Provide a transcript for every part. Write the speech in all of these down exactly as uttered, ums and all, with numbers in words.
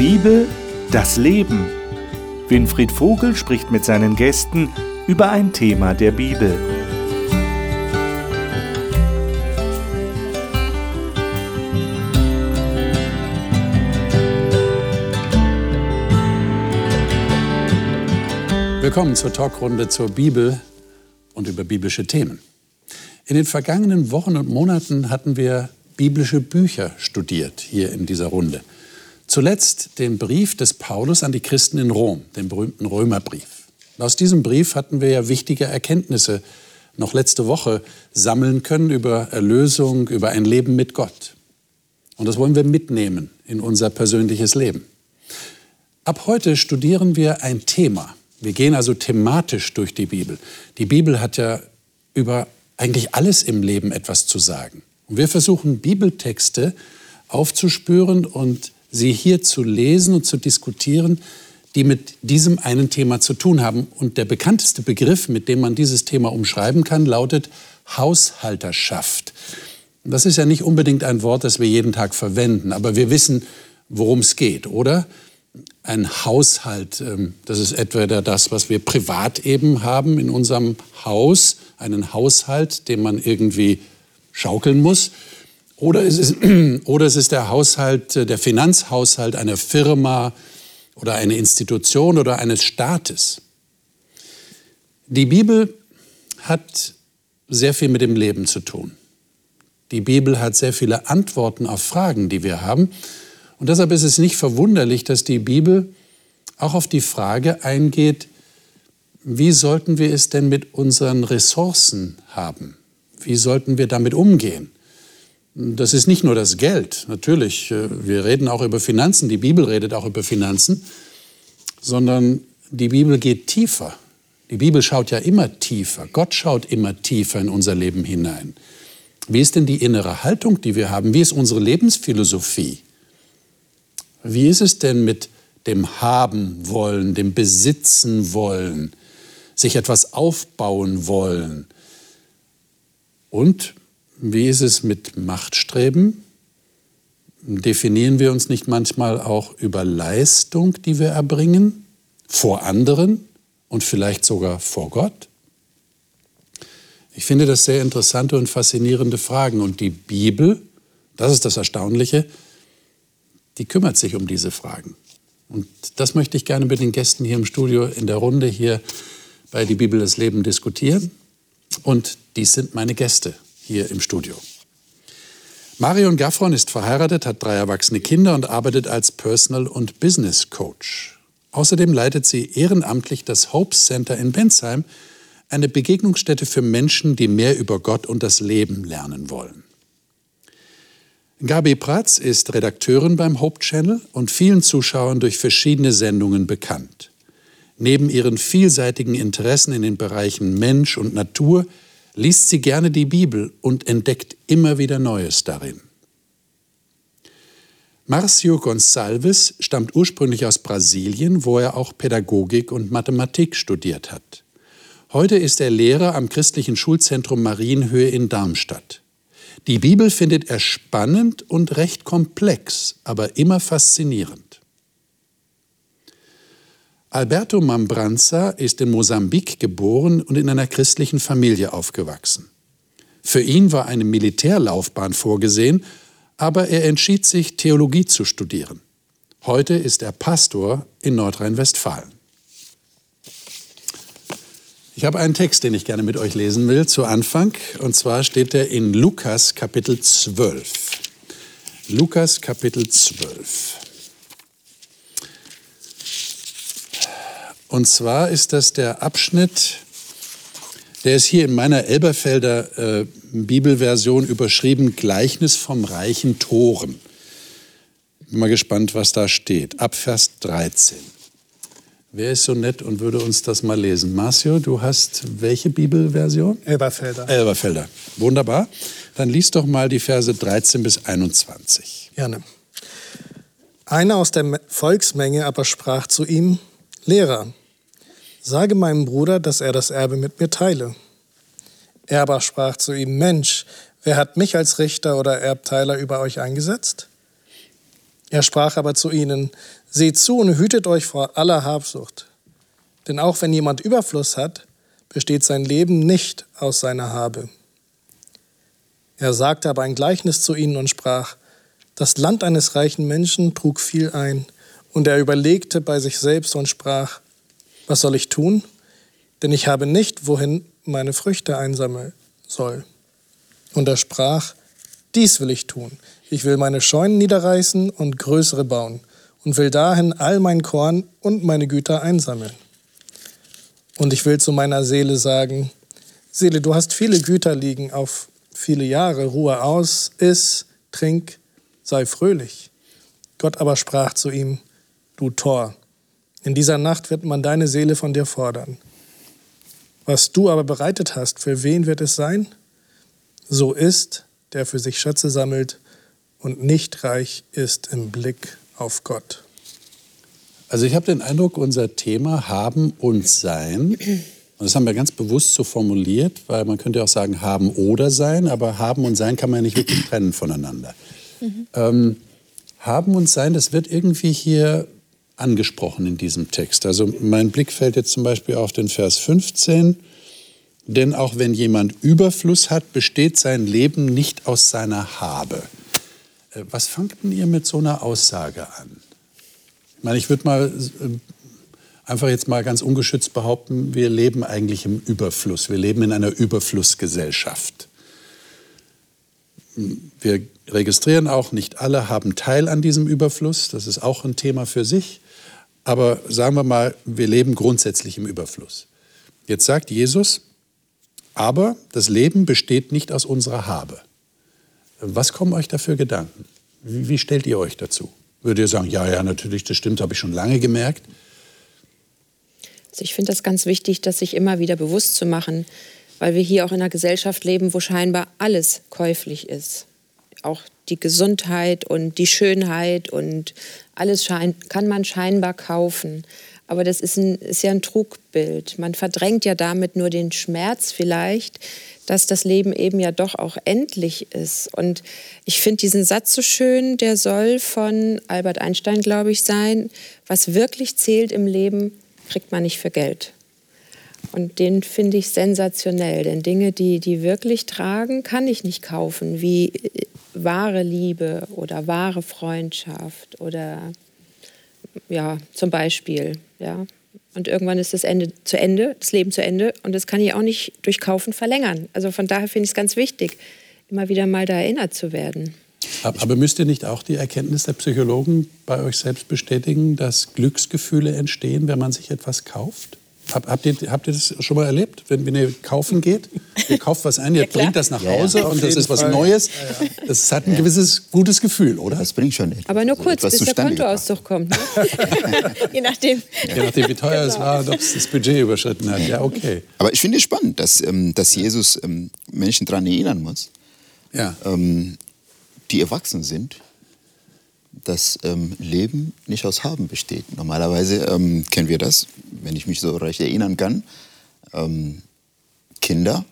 Bibel, das Leben. Winfried Vogel spricht mit seinen Gästen über ein Thema der Bibel. Willkommen zur Talkrunde zur Bibel und über biblische Themen. In den vergangenen Wochen und Monaten hatten wir biblische Bücher studiert hier in dieser Runde. Zuletzt den Brief des Paulus an die Christen in Rom, den berühmten Römerbrief. Und aus diesem Brief hatten wir ja wichtige Erkenntnisse noch letzte Woche sammeln können über Erlösung, über ein Leben mit Gott. Und das wollen wir mitnehmen in unser persönliches Leben. Ab heute studieren wir ein Thema. Wir gehen also thematisch durch die Bibel. Die Bibel hat ja über eigentlich alles im Leben etwas zu sagen. Und wir versuchen, Bibeltexte aufzuspüren und sie hier zu lesen und zu diskutieren, die mit diesem einen Thema zu tun haben. Und der bekannteste Begriff, mit dem man dieses Thema umschreiben kann, lautet Haushalterschaft. Das ist ja nicht unbedingt ein Wort, das wir jeden Tag verwenden, aber wir wissen, worum es geht, oder? Ein Haushalt, das ist etwa das, was wir privat eben haben in unserem Haus, einen Haushalt, den man irgendwie schaukeln muss. Oder es ist, oder es ist der Haushalt, der Finanzhaushalt einer Firma oder einer Institution oder eines Staates. Die Bibel hat sehr viel mit dem Leben zu tun. Die Bibel hat sehr viele Antworten auf Fragen, die wir haben. Und deshalb ist es nicht verwunderlich, dass die Bibel auch auf die Frage eingeht, wie sollten wir es denn mit unseren Ressourcen haben? Wie sollten wir damit umgehen? Das ist nicht nur das Geld, natürlich, wir reden auch über Finanzen, die Bibel redet auch über Finanzen, sondern die Bibel geht tiefer. Die Bibel schaut ja immer tiefer, Gott schaut immer tiefer in unser Leben hinein. Wie ist denn die innere Haltung, die wir haben? Wie ist unsere Lebensphilosophie? Wie ist es denn mit dem Haben wollen, dem Besitzen wollen, sich etwas aufbauen wollen? Und wie ist es mit Machtstreben? Definieren wir uns nicht manchmal auch über Leistung, die wir erbringen, vor anderen und vielleicht sogar vor Gott? Ich finde das sehr interessante und faszinierende Fragen. Und die Bibel, das ist das Erstaunliche, die kümmert sich um diese Fragen. Und das möchte ich gerne mit den Gästen hier im Studio in der Runde hier bei Die Bibel, das Leben diskutieren. Und dies sind meine Gäste hier im Studio. Marion Gaffron ist verheiratet, hat drei erwachsene Kinder und arbeitet als Personal- und Business Coach. Außerdem leitet sie ehrenamtlich das Hope Center in Bensheim, eine Begegnungsstätte für Menschen, die mehr über Gott und das Leben lernen wollen. Gabi Pratz ist Redakteurin beim Hope Channel und vielen Zuschauern durch verschiedene Sendungen bekannt. Neben ihren vielseitigen Interessen in den Bereichen Mensch und Natur liest sie gerne die Bibel und entdeckt immer wieder Neues darin. Marcio Gonçalves stammt ursprünglich aus Brasilien, wo er auch Pädagogik und Mathematik studiert hat. Heute ist er Lehrer am christlichen Schulzentrum Marienhöhe in Darmstadt. Die Bibel findet er spannend und recht komplex, aber immer faszinierend. Alberto Mambranza ist in Mosambik geboren und in einer christlichen Familie aufgewachsen. Für ihn war eine Militärlaufbahn vorgesehen, aber er entschied sich, Theologie zu studieren. Heute ist er Pastor in Nordrhein-Westfalen. Ich habe einen Text, den ich gerne mit euch lesen will, zu Anfang. Und zwar steht er in Lukas Kapitel zwölf. Lukas Kapitel zwölf. Und zwar ist das der Abschnitt, der ist hier in meiner Elberfelder äh, Bibelversion überschrieben, Gleichnis vom reichen Toren. Bin mal gespannt, was da steht. Ab Vers dreizehn. Wer ist so nett und würde uns das mal lesen? Marcio, du hast welche Bibelversion? Elberfelder. Elberfelder. Wunderbar. Dann lies doch mal die Verse dreizehn bis einundzwanzig. Gerne. Einer aus der Volksmenge aber sprach zu ihm: Lehrer, sage meinem Bruder, dass er das Erbe mit mir teile. Er aber sprach zu ihm: Mensch, wer hat mich als Richter oder Erbteiler über euch eingesetzt? Er sprach aber zu ihnen: Seht zu und hütet euch vor aller Habsucht. Denn auch wenn jemand Überfluss hat, besteht sein Leben nicht aus seiner Habe. Er sagte aber ein Gleichnis zu ihnen und sprach: Das Land eines reichen Menschen trug viel ein, und er überlegte bei sich selbst und sprach: Was soll ich tun? Denn ich habe nicht, wohin meine Früchte einsammeln soll. Und er sprach: Dies will ich tun. Ich will meine Scheunen niederreißen und größere bauen und will dahin all mein Korn und meine Güter einsammeln. Und ich will zu meiner Seele sagen: Seele, du hast viele Güter liegen auf viele Jahre, ruhe aus, iss, trink, sei fröhlich. Gott aber sprach zu ihm: Du Tor, in dieser Nacht wird man deine Seele von dir fordern. Was du aber bereitet hast, für wen wird es sein? So ist, der für sich Schätze sammelt und nicht reich ist im Blick auf Gott. Also ich habe den Eindruck, unser Thema Haben und Sein, und das haben wir ganz bewusst so formuliert, weil man könnte auch sagen Haben oder Sein, aber Haben und Sein kann man ja nicht wirklich trennen voneinander. Mhm. Ähm, Haben und Sein, das wird irgendwie hier angesprochen in diesem Text. Also mein Blick fällt jetzt zum Beispiel auf den Vers fünfzehn. Denn auch wenn jemand Überfluss hat, besteht sein Leben nicht aus seiner Habe. Was fangt denn ihr mit so einer Aussage an? Ich meine, ich würde mal einfach jetzt mal ganz ungeschützt behaupten, wir leben eigentlich im Überfluss. Wir leben in einer Überflussgesellschaft. Wir registrieren auch, nicht alle haben Teil an diesem Überfluss. Das ist auch ein Thema für sich. Aber sagen wir mal, wir leben grundsätzlich im Überfluss. Jetzt sagt Jesus: Aber das Leben besteht nicht aus unserer Habe. Was kommen euch da für Gedanken? Wie, wie stellt ihr euch dazu? Würdet ihr sagen, ja, ja, natürlich, das stimmt, habe ich schon lange gemerkt? Also ich finde das ganz wichtig, das sich immer wieder bewusst zu machen, weil wir hier auch in einer Gesellschaft leben, wo scheinbar alles käuflich ist. Auch die Gesundheit und die Schönheit und alles schein, kann man scheinbar kaufen. Aber das ist, ein, ist ja ein Trugbild. Man verdrängt ja damit nur den Schmerz vielleicht, dass das Leben eben ja doch auch endlich ist. Und ich finde diesen Satz so schön, der soll von Albert Einstein, glaube ich, sein: Was wirklich zählt im Leben, kriegt man nicht für Geld. Und den finde ich sensationell, denn Dinge, die, die wirklich tragen, kann ich nicht kaufen, wie wahre Liebe oder wahre Freundschaft oder ja, zum Beispiel, ja. Und irgendwann ist das Ende zu Ende, das Leben zu Ende, und das kann ich auch nicht durch Kaufen verlängern. Also von daher finde ich es ganz wichtig, immer wieder mal da erinnert zu werden. Aber müsst ihr nicht auch die Erkenntnis der Psychologen bei euch selbst bestätigen, dass Glücksgefühle entstehen, wenn man sich etwas kauft? Hab, habt, ihr, habt ihr das schon mal erlebt, wenn, wenn ihr kaufen geht? Ihr kauft was ein, ihr ja, bringt das nach Hause ja, ja. und das ist was Fall. Neues. Ja, ja. Das hat ein ja. gewisses gutes Gefühl, oder? Das bringt schon etwas. Aber nur kurz, bis der Kontoauszug kommt. Ne? Je nachdem. Je nachdem, wie teuer genau. es war und ob es das Budget überschritten hat. Ja, okay. Aber ich finde es spannend, dass, ähm, dass Jesus ähm, Menschen daran erinnern muss, ja. ähm, die erwachsen sind, dass ähm, Leben nicht aus Haben besteht. Normalerweise ähm, kennen wir das, wenn ich mich so recht erinnern kann. Ähm, Kinder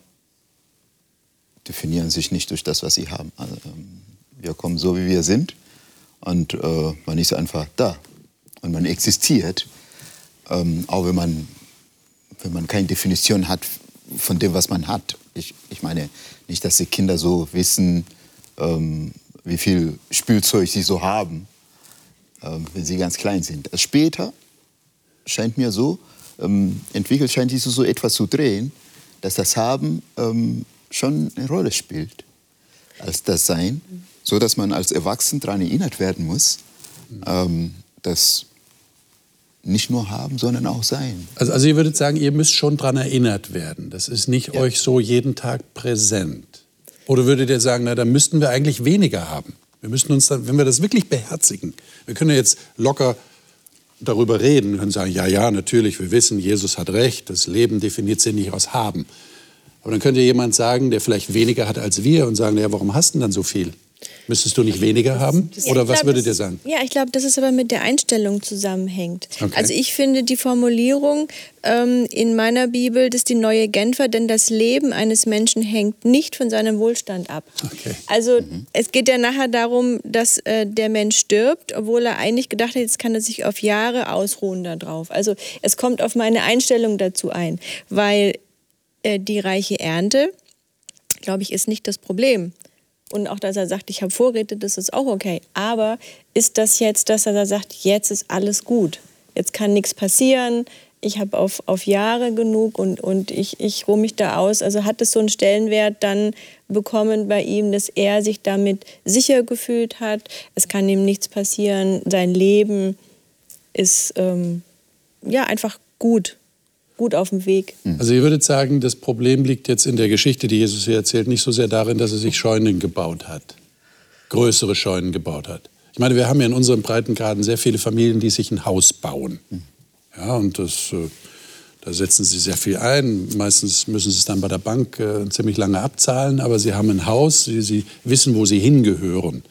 definieren sich nicht durch das, was sie haben. Also, ähm, wir kommen so, wie wir sind, und äh, man ist einfach da und man existiert, ähm, auch wenn man, wenn man keine Definition hat von dem, was man hat. Ich, ich meine nicht, dass die Kinder so wissen, ähm, wie viel Spielzeug sie so haben, ähm, wenn sie ganz klein sind. Später scheint mir so, ähm, entwickelt scheint sich so etwas zu drehen, dass das Haben ähm, schon eine Rolle spielt als das Sein, so dass man als Erwachsener daran erinnert werden muss, ähm, dass nicht nur haben, sondern auch sein. Also, also ihr würdet sagen, ihr müsst schon daran erinnert werden. Das ist nicht ja. euch so jeden Tag präsent. Oder würdet ihr sagen, na, da müssten wir eigentlich weniger haben? Wir müssten uns dann, wenn wir das wirklich beherzigen, wir können ja jetzt locker darüber reden, wir können sagen, ja, ja, natürlich, wir wissen, Jesus hat recht, das Leben definiert sich nicht aus Haben. Aber dann könnte jemand sagen, der vielleicht weniger hat als wir, und sagen, ja, warum hast du denn dann so viel? Müsstest du nicht weniger haben? Ja, Oder was glaub, würdet ihr das, sagen? Ja, ich glaube, dass es aber mit der Einstellung zusammenhängt. Okay. Also ich finde die Formulierung ähm, in meiner Bibel, das ist die neue Genfer, denn das Leben eines Menschen hängt nicht von seinem Wohlstand ab. Okay. Also mhm. es geht ja nachher darum, dass äh, der Mensch stirbt, obwohl er eigentlich gedacht hat, jetzt kann er sich auf Jahre ausruhen da drauf. Also es kommt auf meine Einstellung dazu ein, weil äh, die reiche Ernte, glaube ich, ist nicht das Problem. Und auch, dass er sagt, ich habe Vorräte, das ist auch okay. Aber ist das jetzt, dass er da sagt, jetzt ist alles gut, jetzt kann nichts passieren, ich habe auf, auf Jahre genug und, und ich, ich ruhe mich da aus. Also hat es so einen Stellenwert dann bekommen bei ihm, dass er sich damit sicher gefühlt hat, es kann ihm nichts passieren, sein Leben ist ähm, ja, einfach gut. gut auf dem Weg. Also ihr würdet sagen, das Problem liegt jetzt in der Geschichte, die Jesus hier erzählt, nicht so sehr darin, dass er sich Scheunen gebaut hat, größere Scheunen gebaut hat. Ich meine, wir haben ja in unserem Breitengraden sehr viele Familien, die sich ein Haus bauen. Ja, und das, äh, da setzen sie sehr viel ein. Meistens müssen sie es dann bei der Bank äh, ziemlich lange abzahlen, aber sie haben ein Haus, sie, sie wissen, wo sie hingehören.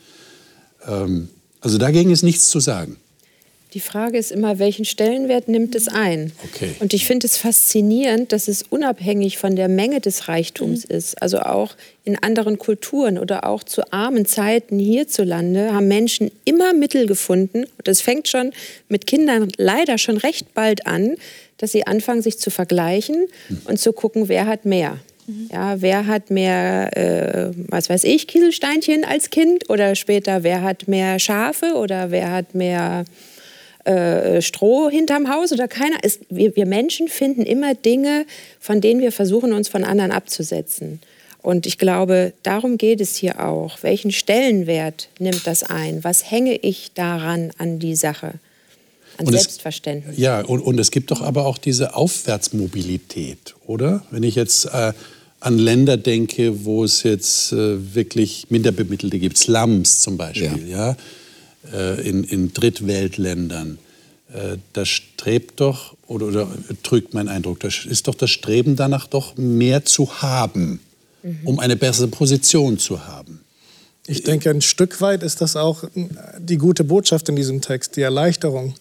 Ähm, also dagegen ist nichts zu sagen. Die Frage ist immer, welchen Stellenwert nimmt es ein? Okay. Und ich finde es faszinierend, dass es unabhängig von der Menge des Reichtums mhm. ist. Also auch in anderen Kulturen oder auch zu armen Zeiten hierzulande haben Menschen immer Mittel gefunden. Und das fängt schon mit Kindern leider schon recht bald an, dass sie anfangen, sich zu vergleichen mhm. und zu gucken, wer hat mehr. Mhm. Ja, wer hat mehr, äh, was weiß ich, Kieselsteinchen als Kind? Oder später, wer hat mehr Schafe? Oder wer hat mehr Äh, Stroh hinterm Haus oder keiner. Ist, wir, wir Menschen finden immer Dinge, von denen wir versuchen, uns von anderen abzusetzen. Und ich glaube, darum geht es hier auch. Welchen Stellenwert nimmt das ein? Was hänge ich daran an die Sache? An und Selbstverständnis. Es, ja, und, und es gibt doch aber auch diese Aufwärtsmobilität, oder? Wenn ich jetzt äh, an Länder denke, wo es jetzt äh, wirklich Minderbemittelte gibt, Slums zum Beispiel, ja. ja? In, in Drittweltländern, da strebt doch, oder, oder trügt mein Eindruck, da ist doch das Streben danach doch mehr zu haben, mhm. um eine bessere Position zu haben. Ich denke, ein Stück weit ist das auch die gute Botschaft in diesem Text, die Erleichterung,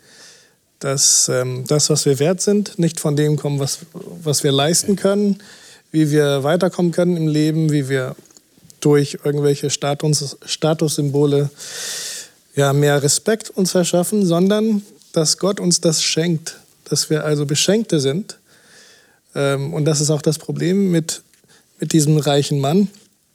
dass ähm, das, was wir wert sind, nicht von dem kommt, was, was wir leisten können, wie wir weiterkommen können im Leben, wie wir durch irgendwelche Status, Statussymbole ja, mehr Respekt uns verschaffen, sondern dass Gott uns das schenkt, dass wir also Beschenkte sind. Ähm, und das ist auch das Problem mit, mit diesem reichen Mann.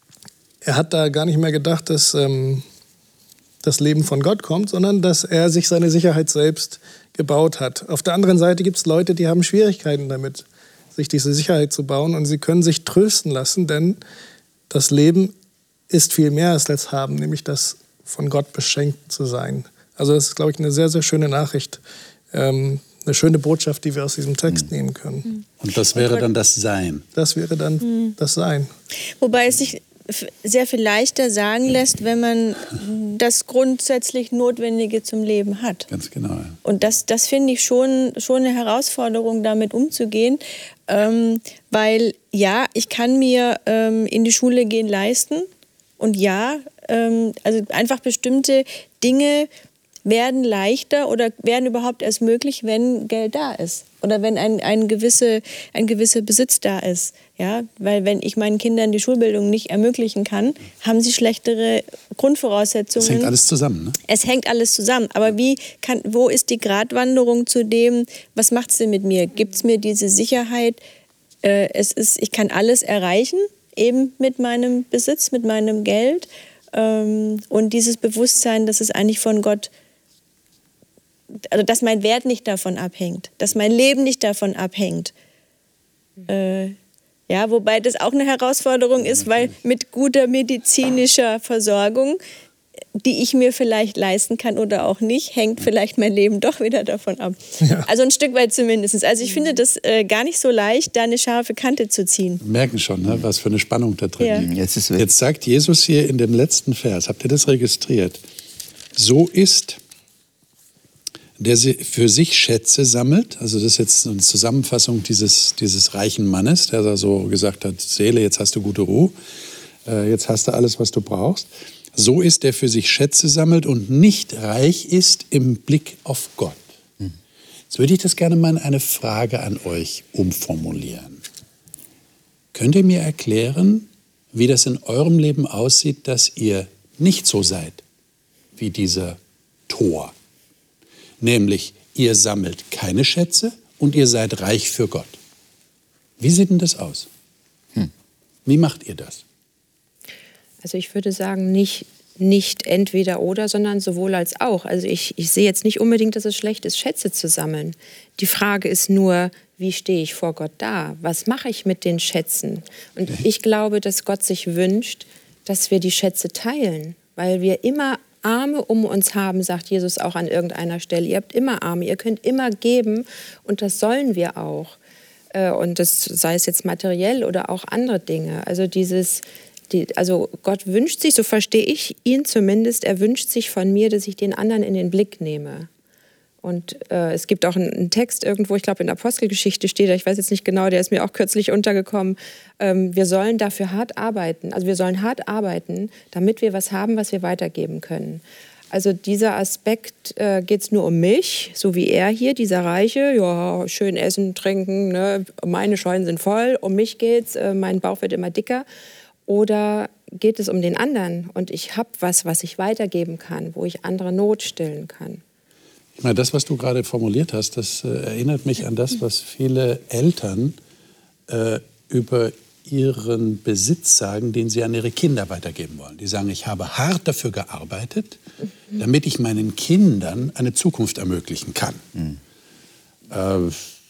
Er hat da gar nicht mehr gedacht, dass ähm, das Leben von Gott kommt, sondern dass er sich seine Sicherheit selbst gebaut hat. Auf der anderen Seite gibt es Leute, die haben Schwierigkeiten damit, sich diese Sicherheit zu bauen. Und sie können sich trösten lassen, denn das Leben ist viel mehr als das Haben, nämlich das von Gott beschenkt zu sein. Also das ist, glaube ich, eine sehr, sehr schöne Nachricht. Ähm, eine schöne Botschaft, die wir aus diesem Text mhm. nehmen können. Und das wäre dann das Sein. Das wäre dann mhm. das Sein. Wobei es sich sehr viel leichter sagen lässt, wenn man das grundsätzlich Notwendige zum Leben hat. Ganz genau. Ja. Und das, das finde ich schon, schon eine Herausforderung, damit umzugehen. Ähm, weil ja, ich kann mir ähm, in die Schule gehen leisten. Und ja, ähm, also einfach bestimmte Dinge werden leichter oder werden überhaupt erst möglich, wenn Geld da ist. Oder wenn ein, ein, gewisse, ein gewisser Besitz da ist. Ja? Weil wenn ich meinen Kindern die Schulbildung nicht ermöglichen kann, haben sie schlechtere Grundvoraussetzungen. Es hängt alles zusammen, ne? Es hängt alles zusammen. Aber wie kann, wo ist die Gratwanderung zu dem, was macht es denn mit mir? Gibt es mir diese Sicherheit, äh, es ist, ich kann alles erreichen, eben mit meinem Besitz, mit meinem Geld? Ähm, und dieses Bewusstsein, dass es eigentlich von Gott, also dass mein Wert nicht davon abhängt, dass mein Leben nicht davon abhängt. Äh, ja, wobei das auch eine Herausforderung ist, weil mit guter medizinischer Versorgung, die ich mir vielleicht leisten kann oder auch nicht, hängt vielleicht mein Leben doch wieder davon ab. Ja. Also ein Stück weit zumindest. Also ich finde das äh, gar nicht so leicht, da eine scharfe Kante zu ziehen. Wir merken schon, ne, was für eine Spannung da drin ja. liegt. Jetzt, ist Jetzt sagt Jesus hier in dem letzten Vers, habt ihr das registriert? So ist, der für sich Schätze sammelt, also das ist jetzt eine Zusammenfassung dieses, dieses reichen Mannes, der da so gesagt hat, Seele, jetzt hast du gute Ruhe, äh, jetzt hast du alles, was du brauchst. so ist, der für sich Schätze sammelt und nicht reich ist im Blick auf Gott. Jetzt würde ich das gerne mal in eine Frage an euch umformulieren. Könnt ihr mir erklären, wie das in eurem Leben aussieht, dass ihr nicht so seid wie dieser Tor? Nämlich, ihr sammelt keine Schätze und ihr seid reich für Gott. Wie sieht denn das aus? Hm. Wie macht ihr das? Also ich würde sagen, nicht, nicht entweder oder, sondern sowohl als auch. Also ich, ich sehe jetzt nicht unbedingt, dass es schlecht ist, Schätze zu sammeln. Die Frage ist nur, wie stehe ich vor Gott da? Was mache ich mit den Schätzen? Und ich glaube, dass Gott sich wünscht, dass wir die Schätze teilen, weil wir immer Arme um uns haben, sagt Jesus auch an irgendeiner Stelle. Ihr habt immer Arme, ihr könnt immer geben und das sollen wir auch. Und das sei es jetzt materiell oder auch andere Dinge. Also dieses... Die, also Gott wünscht sich, so verstehe ich ihn zumindest, er wünscht sich von mir, dass ich den anderen in den Blick nehme. Und äh, es gibt auch einen, einen Text irgendwo, ich glaube in der Apostelgeschichte steht, ich weiß jetzt nicht genau, der ist mir auch kürzlich untergekommen, ähm, wir sollen dafür hart arbeiten, also wir sollen hart arbeiten, damit wir was haben, was wir weitergeben können. Also dieser Aspekt, äh, geht es nur um mich, so wie er hier, dieser Reiche, ja, schön essen, trinken, ne? Meine Scheunen sind voll, um mich geht's, äh, mein Bauch wird immer dicker. Oder geht es um den anderen und ich habe was, was ich weitergeben kann, wo ich andere Not stillen kann? Ich meine, das, was du gerade formuliert hast, das äh, erinnert mich an das, was viele Eltern äh, über ihren Besitz sagen, den sie an ihre Kinder weitergeben wollen. Die sagen, ich habe hart dafür gearbeitet, mhm. damit ich meinen Kindern eine Zukunft ermöglichen kann. Mhm. Äh,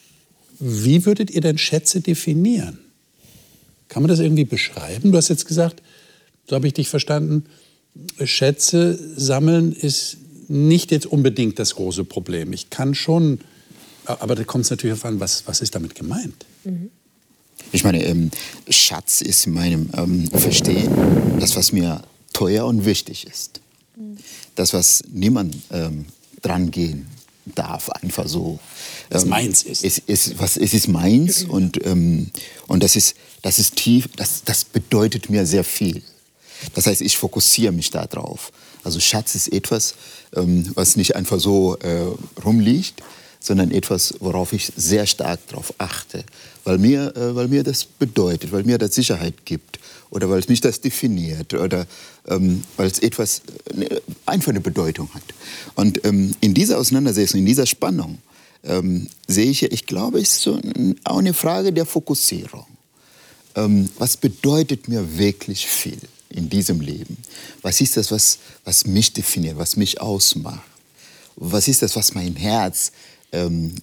wie würdet ihr denn Schätze definieren? Kann man das irgendwie beschreiben? Du hast jetzt gesagt, so habe ich dich verstanden, Schätze sammeln ist nicht jetzt unbedingt das große Problem. Ich kann schon, aber da kommt es natürlich darauf an, was, was ist damit gemeint? Mhm. Ich meine, ähm, Schatz ist in meinem ähm, Verstehen das, was mir teuer und wichtig ist. Mhm. Das, was niemand ähm, dran gehen darf, einfach so. Was ähm, meins ist. Es, es, was, es ist meins und, ähm, und das, ist, das ist tief, das, das bedeutet mir sehr viel. Das heißt, ich fokussiere mich da drauf. Also Schatz ist etwas, ähm, was nicht einfach so äh, rumliegt, sondern etwas, worauf ich sehr stark drauf achte. Weil mir, äh, weil mir das bedeutet, weil mir das Sicherheit gibt oder weil es mich das definiert oder ähm, weil es etwas, äh, einfach eine Bedeutung hat. Und ähm, in dieser Auseinandersetzung, in dieser Spannung, ähm, sehe ich ja, ich glaube, es ist so ein, auch eine Frage der Fokussierung. Ähm, was bedeutet mir wirklich viel in diesem Leben? Was ist das, was, was mich definiert, was mich ausmacht? Was ist das, was mein Herz ähm,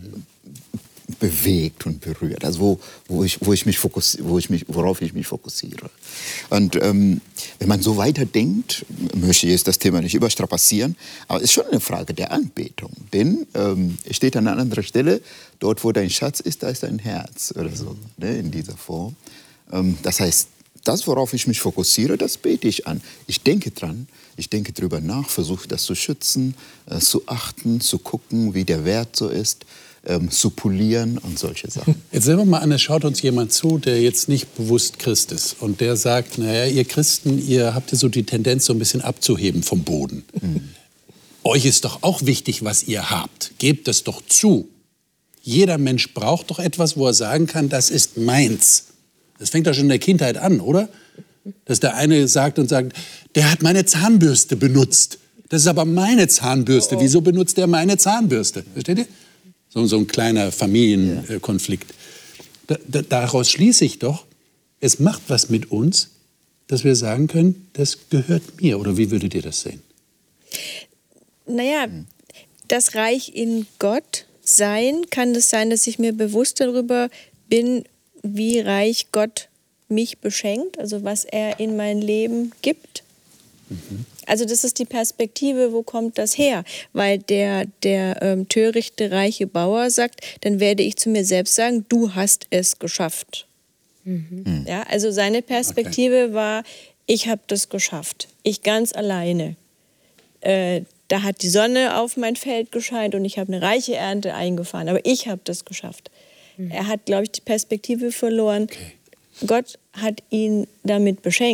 bewegt und berührt? Also wo, wo, ich, wo ich mich fokussiere, wo ich mich, worauf ich mich fokussiere. Und ähm, wenn man so weiterdenkt, möchte ich jetzt das Thema nicht überstrapazieren, aber es ist schon eine Frage der Anbetung. Denn ähm, es steht an einer anderen Stelle, dort wo dein Schatz ist, da ist dein Herz oder so, ne, in dieser Form. Ähm, das heißt, das, worauf ich mich fokussiere, das bete ich an. Ich denke dran, ich denke drüber nach, versuche das zu schützen, äh, zu achten, zu gucken, wie der Wert so ist, ähm, zu polieren und solche Sachen. Jetzt sehen wir mal an, es schaut uns jemand zu, der jetzt nicht bewusst Christ ist und der sagt, naja, ihr Christen, ihr habt ja so die Tendenz, so ein bisschen abzuheben vom Boden. Mhm. Euch ist doch auch wichtig, was ihr habt. Gebt es doch zu. Jeder Mensch braucht doch etwas, wo er sagen kann, das ist meins. Das fängt doch schon in der Kindheit an, oder? Dass der eine sagt und sagt, der hat meine Zahnbürste benutzt. Das ist aber meine Zahnbürste. Wieso benutzt der meine Zahnbürste? Versteht ihr? So, so ein kleiner Familienkonflikt. Da, da, daraus schließe ich doch, es macht was mit uns, dass wir sagen können, das gehört mir. Oder wie würdet ihr das sehen? Naja, das Reich in Gott sein, kann es sein, dass ich mir bewusst darüber bin, wie reich Gott mich beschenkt, also was er in mein Leben gibt. Mhm. Also das ist die Perspektive, wo kommt das her? Weil der, der ähm, törichte, reiche Bauer sagt, dann werde ich zu mir selbst sagen, du hast es geschafft. Mhm. Ja, also seine Perspektive okay. war, ich habe das geschafft, ich ganz alleine. Äh, da hat die Sonne auf mein Feld gescheint und ich habe eine reiche Ernte eingefahren, aber ich habe das geschafft. Mhm. Er hat, glaube ich, die Perspektive verloren. Okay. Gott hat ihn damit beschenkt.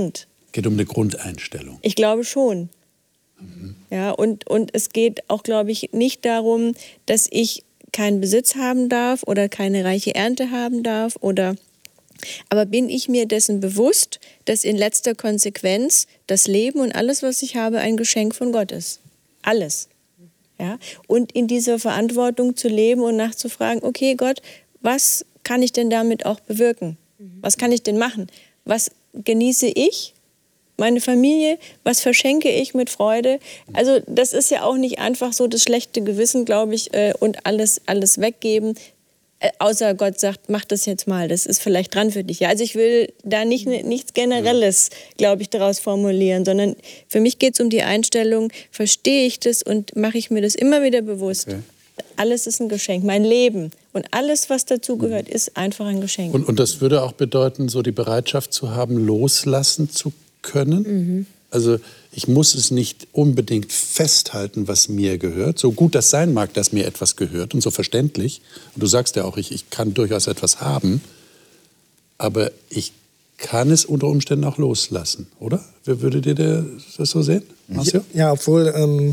Geht um eine Grundeinstellung. Ich glaube schon. Mhm. Ja, und, und es geht auch, glaube ich, nicht darum, dass ich keinen Besitz haben darf oder keine reiche Ernte haben darf. Oder, aber bin ich mir dessen bewusst, dass in letzter Konsequenz das Leben und alles, was ich habe, ein Geschenk von Gott ist. Alles. Ja? Und in dieser Verantwortung zu leben und nachzufragen, okay Gott, was kann ich denn damit auch bewirken? Was kann ich denn machen? Was genieße ich? Meine Familie, was verschenke ich mit Freude? Also das ist ja auch nicht einfach so das schlechte Gewissen, glaube ich, äh, und alles, alles weggeben. Äh, außer Gott sagt, mach das jetzt mal, das ist vielleicht dran für dich. Ja, also ich will da nicht, nichts Generelles, glaube ich, daraus formulieren, sondern für mich geht es um die Einstellung, verstehe ich das und mache ich mir das immer wieder bewusst. Okay. Alles ist ein Geschenk, mein Leben und alles, was dazugehört, ist einfach ein Geschenk. Und, und das würde auch bedeuten, so die Bereitschaft zu haben, loslassen zu können. Mhm. Also ich muss es nicht unbedingt festhalten, was mir gehört. So gut das sein mag, dass mir etwas gehört und so verständlich. Und du sagst ja auch, ich, ich kann durchaus etwas haben, aber ich kann es unter Umständen auch loslassen, oder? Würdet ihr das so sehen, Marcio? Ja, ja, obwohl ähm,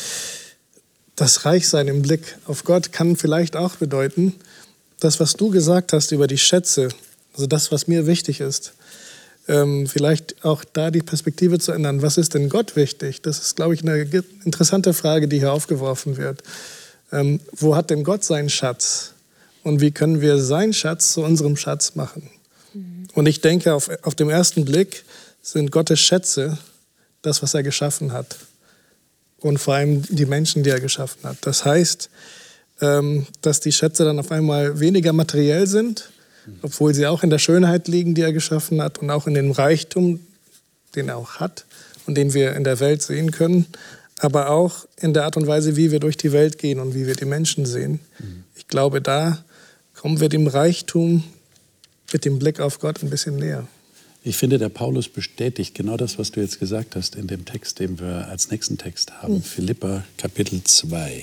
das Reichsein im Blick auf Gott kann vielleicht auch bedeuten, das, was du gesagt hast über die Schätze, also das, was mir wichtig ist, Ähm, vielleicht auch da die Perspektive zu ändern. Was ist denn Gott wichtig? Das ist, glaube ich, eine interessante Frage, die hier aufgeworfen wird. Ähm, wo hat denn Gott seinen Schatz? Und wie können wir seinen Schatz zu unserem Schatz machen? Mhm. Und ich denke, auf, auf den ersten Blick sind Gottes Schätze das, was er geschaffen hat. Und vor allem die Menschen, die er geschaffen hat. Das heißt, ähm, dass die Schätze dann auf einmal weniger materiell sind, obwohl sie auch in der Schönheit liegen, die er geschaffen hat und auch in dem Reichtum, den er auch hat und den wir in der Welt sehen können, aber auch in der Art und Weise, wie wir durch die Welt gehen und wie wir die Menschen sehen. Mhm. Ich glaube, da kommen wir dem Reichtum mit dem Blick auf Gott ein bisschen näher. Ich finde, der Paulus bestätigt genau das, was du jetzt gesagt hast in dem Text, den wir als nächsten Text haben, mhm. Philipper Kapitel zwei.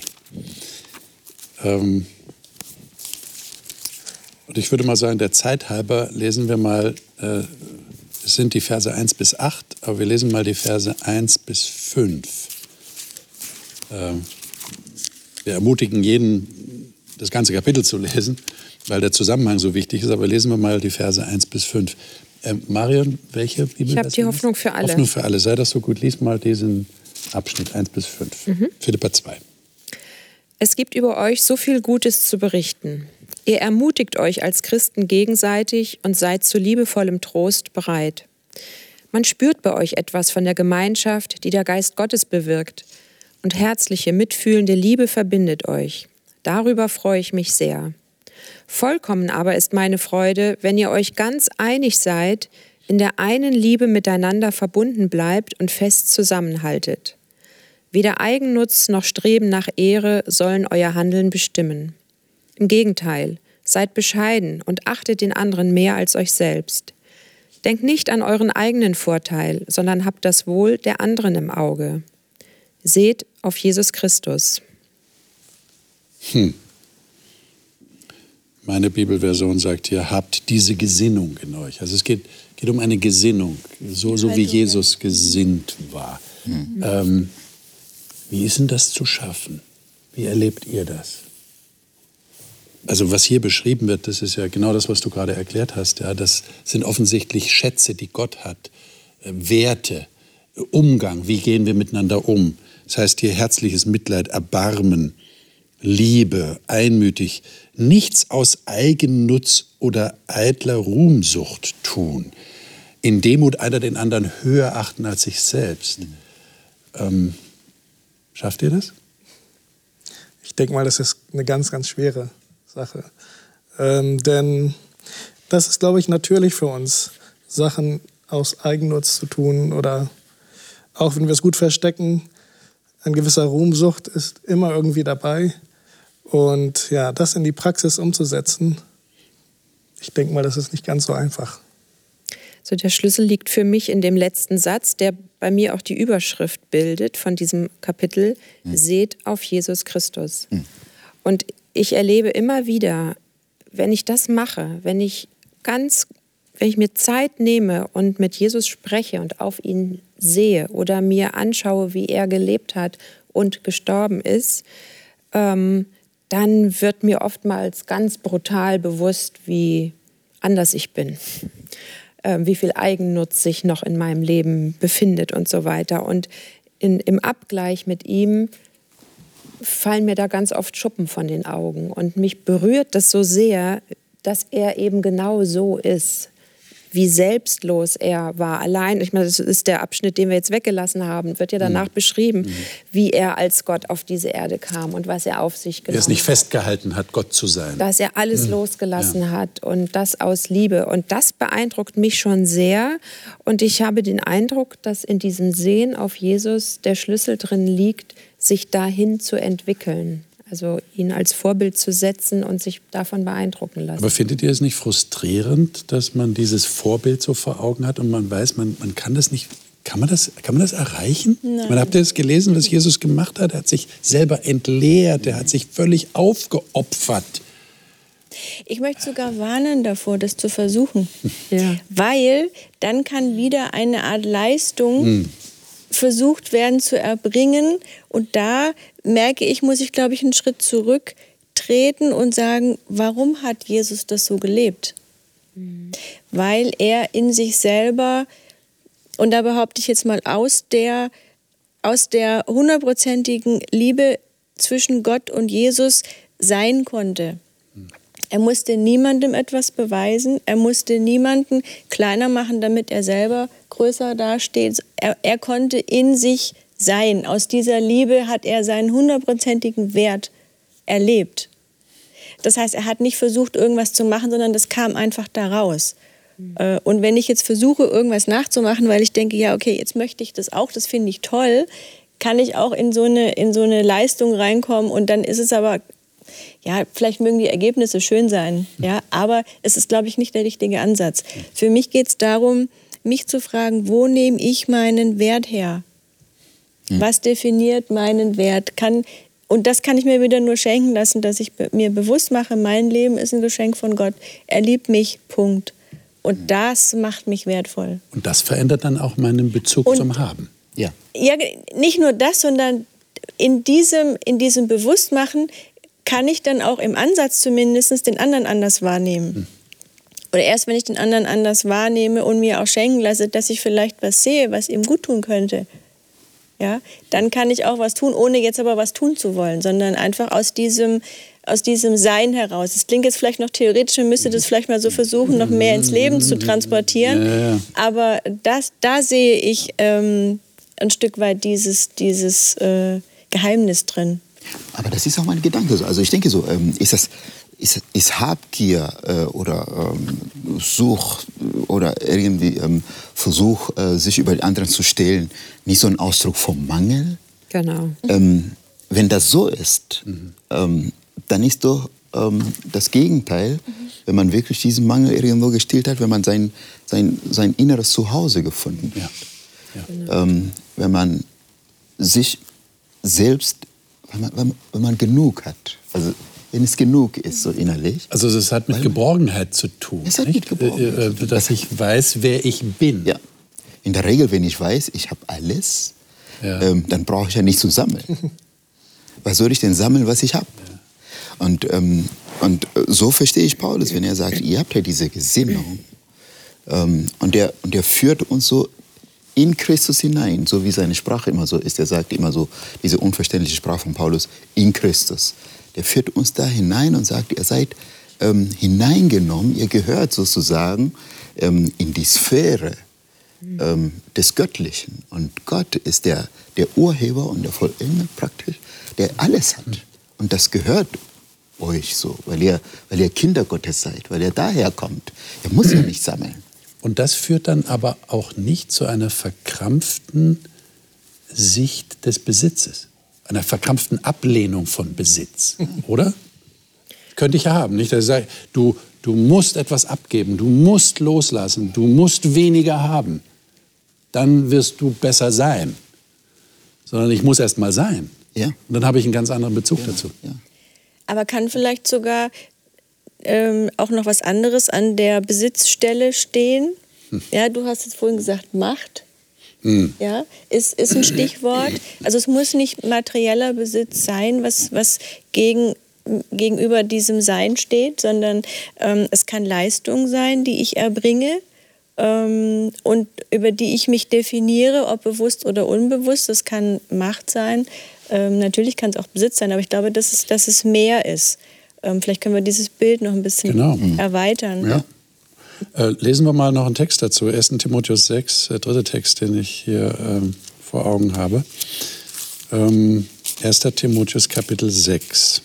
Ähm, Und ich würde mal sagen, der Zeit halber lesen wir mal, äh, es sind die Verse eins bis acht, aber wir lesen mal die Verse eins bis fünf. Äh, wir ermutigen jeden, das ganze Kapitel zu lesen, weil der Zusammenhang so wichtig ist, aber lesen wir mal die Verse eins bis fünf. Äh, Marion, welche Bibel? Ich habe die Hoffnung für alle. Hoffnung für alle, sei das so gut, lies mal diesen Abschnitt eins bis fünf. Mhm. Philipper zwei. Es gibt über euch so viel Gutes zu berichten. Ihr ermutigt euch als Christen gegenseitig und seid zu liebevollem Trost bereit. Man spürt bei euch etwas von der Gemeinschaft, die der Geist Gottes bewirkt. Und herzliche, mitfühlende Liebe verbindet euch. Darüber freue ich mich sehr. Vollkommen aber ist meine Freude, wenn ihr euch ganz einig seid, in der einen Liebe miteinander verbunden bleibt und fest zusammenhaltet. Weder Eigennutz noch Streben nach Ehre sollen euer Handeln bestimmen. Im Gegenteil, seid bescheiden und achtet den anderen mehr als euch selbst. Denkt nicht an euren eigenen Vorteil, sondern habt das Wohl der anderen im Auge. Seht auf Jesus Christus. Hm. Meine Bibelversion sagt hier, habt diese Gesinnung in euch. Also es geht, geht um eine Gesinnung, so, so wie Jesus gesinnt war. Hm. Ähm, wie ist denn das zu schaffen? Wie erlebt ihr das? Also was hier beschrieben wird, das ist ja genau das, was du gerade erklärt hast. Ja, das sind offensichtlich Schätze, die Gott hat, äh, Werte, äh, Umgang, wie gehen wir miteinander um. Das heißt hier herzliches Mitleid, Erbarmen, Liebe, einmütig, nichts aus Eigennutz oder eitler Ruhmsucht tun. In Demut einer den anderen höher achten als sich selbst. Mhm. Ähm, schafft ihr das? Ich denke mal, das ist eine ganz, ganz schwere Sache. Ähm, denn das ist, glaube ich, natürlich für uns, Sachen aus Eigennutz zu tun oder auch wenn wir es gut verstecken, ein gewisser Ruhmsucht ist immer irgendwie dabei. Und ja, das in die Praxis umzusetzen, ich denke mal, das ist nicht ganz so einfach. So, der Schlüssel liegt für mich in dem letzten Satz, der bei mir auch die Überschrift bildet von diesem Kapitel, mhm. Seht auf Jesus Christus. Mhm. Und ich erlebe immer wieder, wenn ich das mache, wenn ich ganz wenn ich mir Zeit nehme und mit Jesus spreche und auf ihn sehe oder mir anschaue, wie er gelebt hat und gestorben ist, ähm, dann wird mir oftmals ganz brutal bewusst, wie anders ich bin, äh, wie viel Eigennutz sich noch in meinem Leben befindet und so weiter. Und in, im Abgleich mit ihm fallen mir da ganz oft Schuppen von den Augen. Und mich berührt das so sehr, dass er eben genau so ist, wie selbstlos er war. Allein, ich meine, das ist der Abschnitt, den wir jetzt weggelassen haben, wird ja danach mhm. beschrieben, mhm. wie er als Gott auf diese Erde kam und was er auf sich genommen hat. Er es nicht festgehalten hat, Gott zu sein. Dass er alles mhm. losgelassen ja. hat und das aus Liebe. Und das beeindruckt mich schon sehr. Und ich habe den Eindruck, dass in diesem Sehen auf Jesus der Schlüssel drin liegt, sich dahin zu entwickeln. Also ihn als Vorbild zu setzen und sich davon beeindrucken lassen. Aber findet ihr es nicht frustrierend, dass man dieses Vorbild so vor Augen hat und man weiß, man, man kann das nicht, kann man das, kann man das erreichen? Nein. Man, habt ihr das gelesen, was Jesus gemacht hat? Er hat sich selber entleert, er hat sich völlig aufgeopfert. Ich möchte sogar warnen davor, das zu versuchen. Ja. Weil dann kann wieder eine Art Leistung hm. versucht werden zu erbringen. Und da merke ich, muss ich, glaube ich, einen Schritt zurücktreten und sagen, warum hat Jesus das so gelebt? Mhm. Weil er in sich selber, und da behaupte ich jetzt mal, aus der, aus der hundertprozentigen Liebe zwischen Gott und Jesus sein konnte. Mhm. Er musste niemandem etwas beweisen, er musste niemanden kleiner machen, damit er selber größer dasteht. Er, er konnte in sich sein. Aus dieser Liebe hat er seinen hundertprozentigen Wert erlebt. Das heißt, er hat nicht versucht, irgendwas zu machen, sondern das kam einfach daraus. Mhm. Und wenn ich jetzt versuche, irgendwas nachzumachen, weil ich denke, ja, okay, jetzt möchte ich das auch, das finde ich toll, kann ich auch in so eine, in so eine Leistung reinkommen und dann ist es aber, ja, vielleicht mögen die Ergebnisse schön sein, ja, aber es ist, glaube ich, nicht der richtige Ansatz. Für mich geht es darum, mich zu fragen, wo nehme ich meinen Wert her? Was definiert meinen Wert? Kann, und das kann ich mir wieder nur schenken lassen, dass ich mir bewusst mache, mein Leben ist ein Geschenk von Gott. Er liebt mich, Punkt. Und das macht mich wertvoll. Und das verändert dann auch meinen Bezug und, zum Haben. Ja. Ja, nicht nur das, sondern in diesem, in diesem Bewusstmachen kann ich dann auch im Ansatz zumindest den anderen anders wahrnehmen. Hm. Oder erst, wenn ich den anderen anders wahrnehme und mir auch schenken lasse, dass ich vielleicht was sehe, was ihm gut tun könnte. Ja, dann kann ich auch was tun, ohne jetzt aber was tun zu wollen, sondern einfach aus diesem, aus diesem Sein heraus. Das klingt jetzt vielleicht noch theoretisch, man müsste das vielleicht mal so versuchen, noch mehr ins Leben zu transportieren. Ja, ja. Aber das, da sehe ich ähm, ein Stück weit dieses, dieses äh, Geheimnis drin. Aber das ist auch mein Gedanke. Also ich denke so, ähm, ist das ist, ist Habgier äh, oder ähm, Sucht oder irgendwie ähm, Versuch, äh, sich über die anderen zu stellen, nicht so ein Ausdruck vom Mangel? Genau. Ähm, wenn das so ist, mhm. ähm, dann ist doch ähm, das Gegenteil, mhm. wenn man wirklich diesen Mangel irgendwo gestillt hat, wenn man sein, sein, sein inneres Zuhause gefunden hat. Ja. Ja. Genau. Ähm, wenn man sich selbst, wenn man, wenn, wenn man genug hat, also wenn es genug ist, so innerlich. Also es hat mit Geborgenheit zu tun, es hat nicht? Mit Geborgenheit äh, äh, dass ich weiß, wer ich bin. Ja. In der Regel, wenn ich weiß, ich habe alles, ja. ähm, dann brauche ich ja nicht zu sammeln. Was soll ich denn sammeln, was ich habe? Ja. Und, ähm, und so verstehe ich Paulus, wenn er sagt, ihr habt ja diese Gesinnung. Ähm, und, der, und der führt uns so in Christus hinein, so wie seine Sprache immer so ist. Er sagt immer so, diese unverständliche Sprache von Paulus, in Christus. Der führt uns da hinein und sagt, ihr seid ähm, hineingenommen, ihr gehört sozusagen ähm, in die Sphäre ähm, des Göttlichen. Und Gott ist der, der Urheber und der Vollender praktisch, der alles hat. Und das gehört euch so, weil ihr, weil ihr Kinder Gottes seid, weil ihr daherkommt. Ihr müsst ja nicht sammeln. Und das führt dann aber auch nicht zu einer verkrampften Sicht des Besitzes, einer verkrampften Ablehnung von Besitz, oder? Könnte ich ja haben, nicht? Dass ich sage, du, du musst etwas abgeben, du musst loslassen, du musst weniger haben. Dann wirst du besser sein. Sondern ich muss erst mal sein. Ja. Und dann habe ich einen ganz anderen Bezug ja. dazu. Ja. Aber kann vielleicht sogar ähm, auch noch was anderes an der Besitzstelle stehen. Hm. Ja, du hast jetzt vorhin gesagt, Macht. Hm. Ja, ist, ist ein Stichwort. Also es muss nicht materieller Besitz sein, was, was gegen, gegenüber diesem Sein steht, sondern ähm, es kann Leistung sein, die ich erbringe. Ähm, und über die ich mich definiere, ob bewusst oder unbewusst. Das kann Macht sein. Ähm, natürlich kann es auch Besitz sein, aber ich glaube, dass es, dass es mehr ist. Ähm, vielleicht können wir dieses Bild noch ein bisschen genau. erweitern. Ja. Äh, lesen wir mal noch einen Text dazu. erster Timotheus sechs, der dritte Text, den ich hier ähm, vor Augen habe. Ähm, erster Timotheus Kapitel sechs.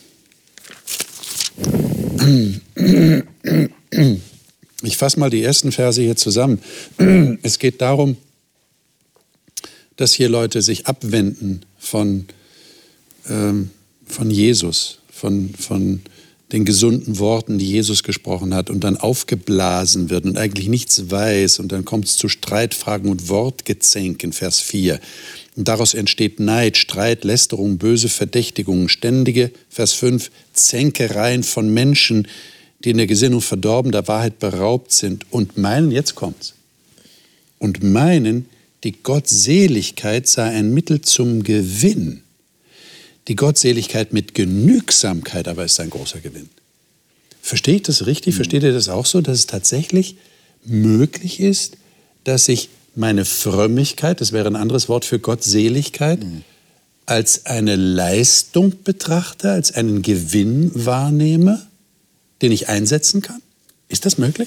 Ich fasse mal die ersten Verse hier zusammen. Es geht darum, dass hier Leute sich abwenden von, ähm, von Jesus, von, von den gesunden Worten, die Jesus gesprochen hat, und dann aufgeblasen wird und eigentlich nichts weiß. Und dann kommt es zu Streitfragen und Wortgezänken, Vers vier. Und daraus entsteht Neid, Streit, Lästerung, böse Verdächtigungen, ständige, Vers fünf, Zänkereien von Menschen, die in der Gesinnung verdorben, der Wahrheit beraubt sind und meinen, jetzt kommt's, und meinen, die Gottseligkeit sei ein Mittel zum Gewinn. Die Gottseligkeit mit Genügsamkeit aber ist ein großer Gewinn. Verstehe ich das richtig? Mhm. Versteht ihr das auch so, dass es tatsächlich möglich ist, dass ich meine Frömmigkeit, das wäre ein anderes Wort für Gottseligkeit, mhm. als eine Leistung betrachte, als einen Gewinn wahrnehme, den ich einsetzen kann? Ist das möglich?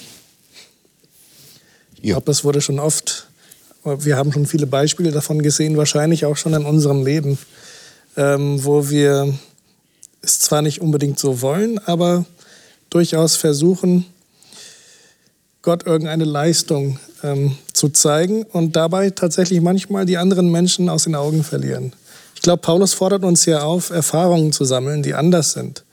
Ich glaube, es wurde schon oft, wir haben schon viele Beispiele davon gesehen, wahrscheinlich auch schon in unserem Leben, ähm, wo wir es zwar nicht unbedingt so wollen, aber durchaus versuchen, Gott irgendeine Leistung ähm, zu zeigen und dabei tatsächlich manchmal die anderen Menschen aus den Augen verlieren. Ich glaube, Paulus fordert uns hier auf, Erfahrungen zu sammeln, die anders sind.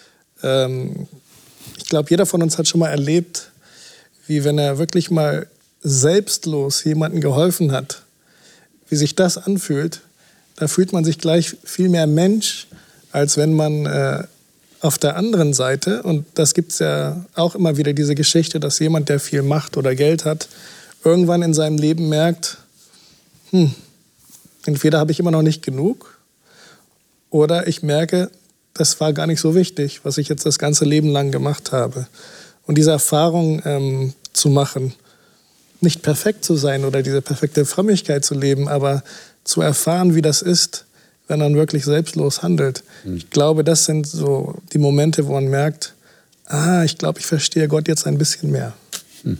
Ähm, Ich glaube, jeder von uns hat schon mal erlebt, wie wenn er wirklich mal selbstlos jemandem geholfen hat, wie sich das anfühlt. Da fühlt man sich gleich viel mehr Mensch, als wenn man äh, auf der anderen Seite, und das gibt es ja auch immer wieder, diese Geschichte, dass jemand, der viel Macht oder Geld hat, irgendwann in seinem Leben merkt, hm, entweder habe ich immer noch nicht genug oder ich merke, das war gar nicht so wichtig, was ich jetzt das ganze Leben lang gemacht habe. Und diese Erfahrung ähm, zu machen, nicht perfekt zu sein oder diese perfekte Frömmigkeit zu leben, aber zu erfahren, wie das ist, wenn man wirklich selbstlos handelt. Mhm. Ich glaube, das sind so die Momente, wo man merkt, ah, ich glaube, ich verstehe Gott jetzt ein bisschen mehr. Mhm.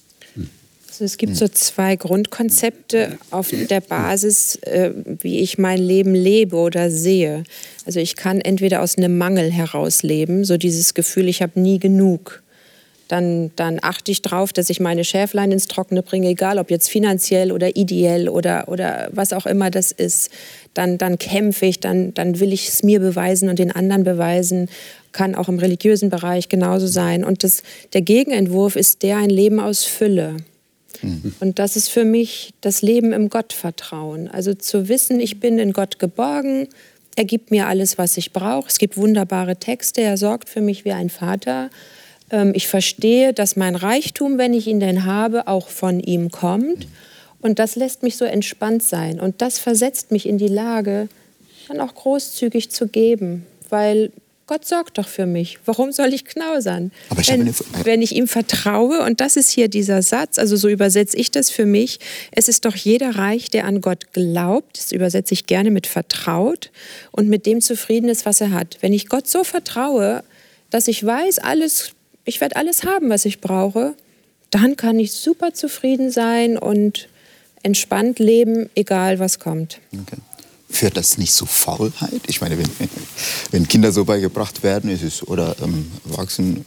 Also es gibt so zwei Grundkonzepte auf der Basis, äh, wie ich mein Leben lebe oder sehe. Also ich kann entweder aus einem Mangel heraus leben, so dieses Gefühl, ich habe nie genug. Dann, dann achte ich darauf, dass ich meine Schäflein ins Trockene bringe, egal ob jetzt finanziell oder ideell oder, oder was auch immer das ist. Dann, dann kämpfe ich, dann, dann will ich es mir beweisen und den anderen beweisen. Kann auch im religiösen Bereich genauso sein. Und das, der Gegenentwurf ist der ein Leben aus Fülle. Mhm. Und das ist für mich das Leben im Gottvertrauen. Also zu wissen, ich bin in Gott geborgen, er gibt mir alles, was ich brauche. Es gibt wunderbare Texte, er sorgt für mich wie ein Vater. Ich verstehe, dass mein Reichtum, wenn ich ihn denn habe, auch von ihm kommt. Und das lässt mich so entspannt sein. Und das versetzt mich in die Lage, dann auch großzügig zu geben. Weil Gott sorgt doch für mich. Warum soll ich knausern? Aber ich wenn, eine... wenn ich ihm vertraue, und das ist hier dieser Satz, also so übersetze ich das für mich, es ist doch jeder reich, der an Gott glaubt, das übersetze ich gerne mit vertraut und mit dem zufrieden ist, was er hat. Wenn ich Gott so vertraue, dass ich weiß, alles, ich werde alles haben, was ich brauche, dann kann ich super zufrieden sein und entspannt leben, egal was kommt. Okay. Führt das nicht zu Faulheit? Ich meine, wenn, wenn Kinder so beigebracht werden, ist es, oder ähm, Erwachsene,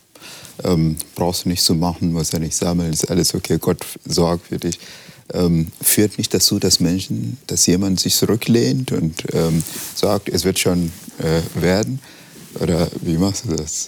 ähm, brauchst du nicht zu machen, musst ja nicht sammeln, ist alles okay, Gott sorgt für dich. Ähm, führt nicht dazu, dass Menschen, dass jemand sich zurücklehnt und ähm, sagt, es wird schon äh, werden? Oder wie machst du das?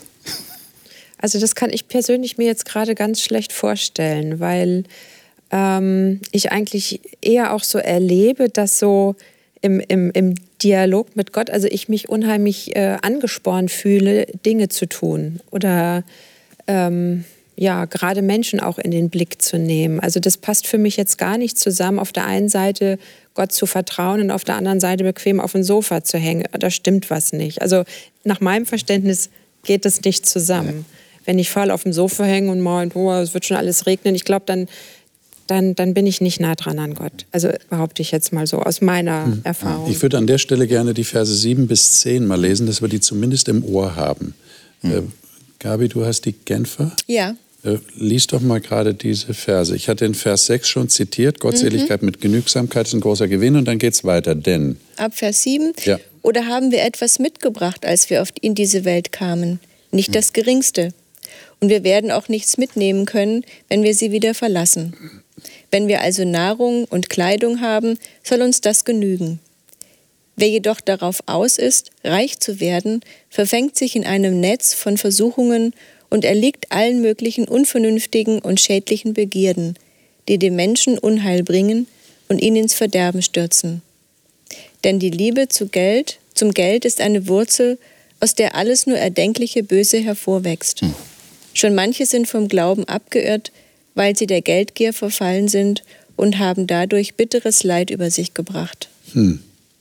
Also das kann ich persönlich mir jetzt gerade ganz schlecht vorstellen, weil ähm, ich eigentlich eher auch so erlebe, dass so im, im, im Dialog mit Gott, also ich mich unheimlich äh, angespornt fühle, Dinge zu tun oder ähm, ja, gerade Menschen auch in den Blick zu nehmen. Also das passt für mich jetzt gar nicht zusammen, auf der einen Seite Gott zu vertrauen und auf der anderen Seite bequem auf dem Sofa zu hängen. Da stimmt was nicht. Also nach meinem Verständnis geht das nicht zusammen. Ja. Wenn ich faul auf dem Sofa hänge und meint, oh, es wird schon alles regnen, ich glaube, dann, dann, dann bin ich nicht nah dran an Gott. Also behaupte ich jetzt mal so aus meiner hm. Erfahrung. Ich würde an der Stelle gerne die Verse sieben bis zehn mal lesen, dass wir die zumindest im Ohr haben. Hm. Äh, Gabi, du hast die Genfer? Ja. Lies doch mal gerade diese Verse. Ich hatte in Vers sechs schon zitiert, Gottseligkeit mhm. mit Genügsamkeit ist ein großer Gewinn und dann geht's weiter, denn... Ab Vers sieben? Ja. Oder haben wir etwas mitgebracht, als wir in diese Welt kamen? Nicht das Geringste. Und wir werden auch nichts mitnehmen können, wenn wir sie wieder verlassen. Wenn wir also Nahrung und Kleidung haben, soll uns das genügen. Wer jedoch darauf aus ist, reich zu werden, verfängt sich in einem Netz von Versuchungen und erliegt allen möglichen unvernünftigen und schädlichen Begierden, die dem Menschen Unheil bringen und ihn ins Verderben stürzen. Denn die Liebe zu Geld, zum Geld ist eine Wurzel, aus der alles nur erdenkliche Böse hervorwächst. Hm. Schon manche sind vom Glauben abgeirrt, weil sie der Geldgier verfallen sind und haben dadurch bitteres Leid über sich gebracht. Hm.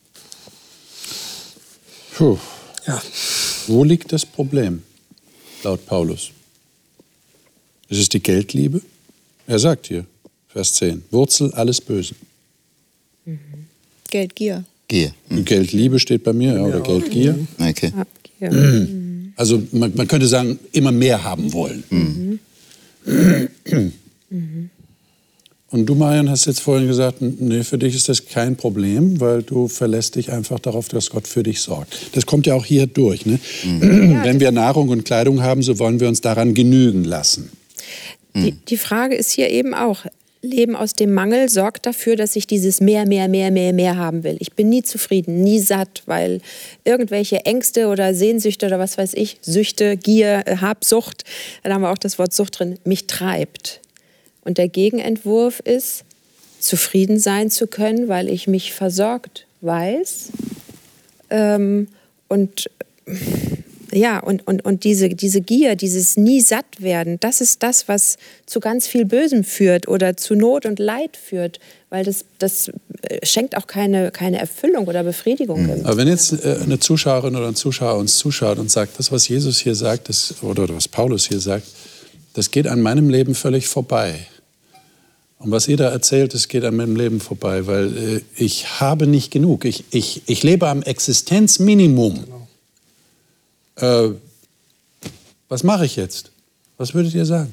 Puh. Ja. Wo liegt das Problem? Laut Paulus. Ist es die Geldliebe? Er sagt hier, Vers zehn, Wurzel alles Bösen. Mhm. Geldgier. Gier. Mhm. Geldliebe steht bei mir, ja, oder Geldgier. Okay. Also man, man könnte sagen, immer mehr haben wollen. Mhm. Mhm. Und du, Marian, hast jetzt vorhin gesagt, nee, für dich ist das kein Problem, weil du verlässt dich einfach darauf, dass Gott für dich sorgt. Das kommt ja auch hier durch. Ne? Mhm. Wenn wir Nahrung und Kleidung haben, so wollen wir uns daran genügen lassen. Die, die Frage ist hier eben auch, Leben aus dem Mangel sorgt dafür, dass ich dieses mehr, mehr, mehr, mehr, mehr haben will. Ich bin nie zufrieden, nie satt, weil irgendwelche Ängste oder Sehnsüchte oder was weiß ich, Süchte, Gier, Habsucht, da haben wir auch das Wort Sucht drin, mich treibt. Und der Gegenentwurf ist, zufrieden sein zu können, weil ich mich versorgt weiß. Ähm, und ja, und, und, und diese, diese Gier, dieses nie satt werden, das ist das, was zu ganz viel Bösem führt oder zu Not und Leid führt. Weil das, das schenkt auch keine, keine Erfüllung oder Befriedigung. Mhm. Aber wenn jetzt eine Zuschauerin oder ein Zuschauer uns zuschaut und sagt, das, was Jesus hier sagt, das, oder was Paulus hier sagt, das geht an meinem Leben völlig vorbei. Und was ihr da erzählt, das geht an meinem Leben vorbei, weil äh, ich habe nicht genug. Ich, ich, ich lebe am Existenzminimum. Genau. Äh, was mache ich jetzt? Was würdet ihr sagen?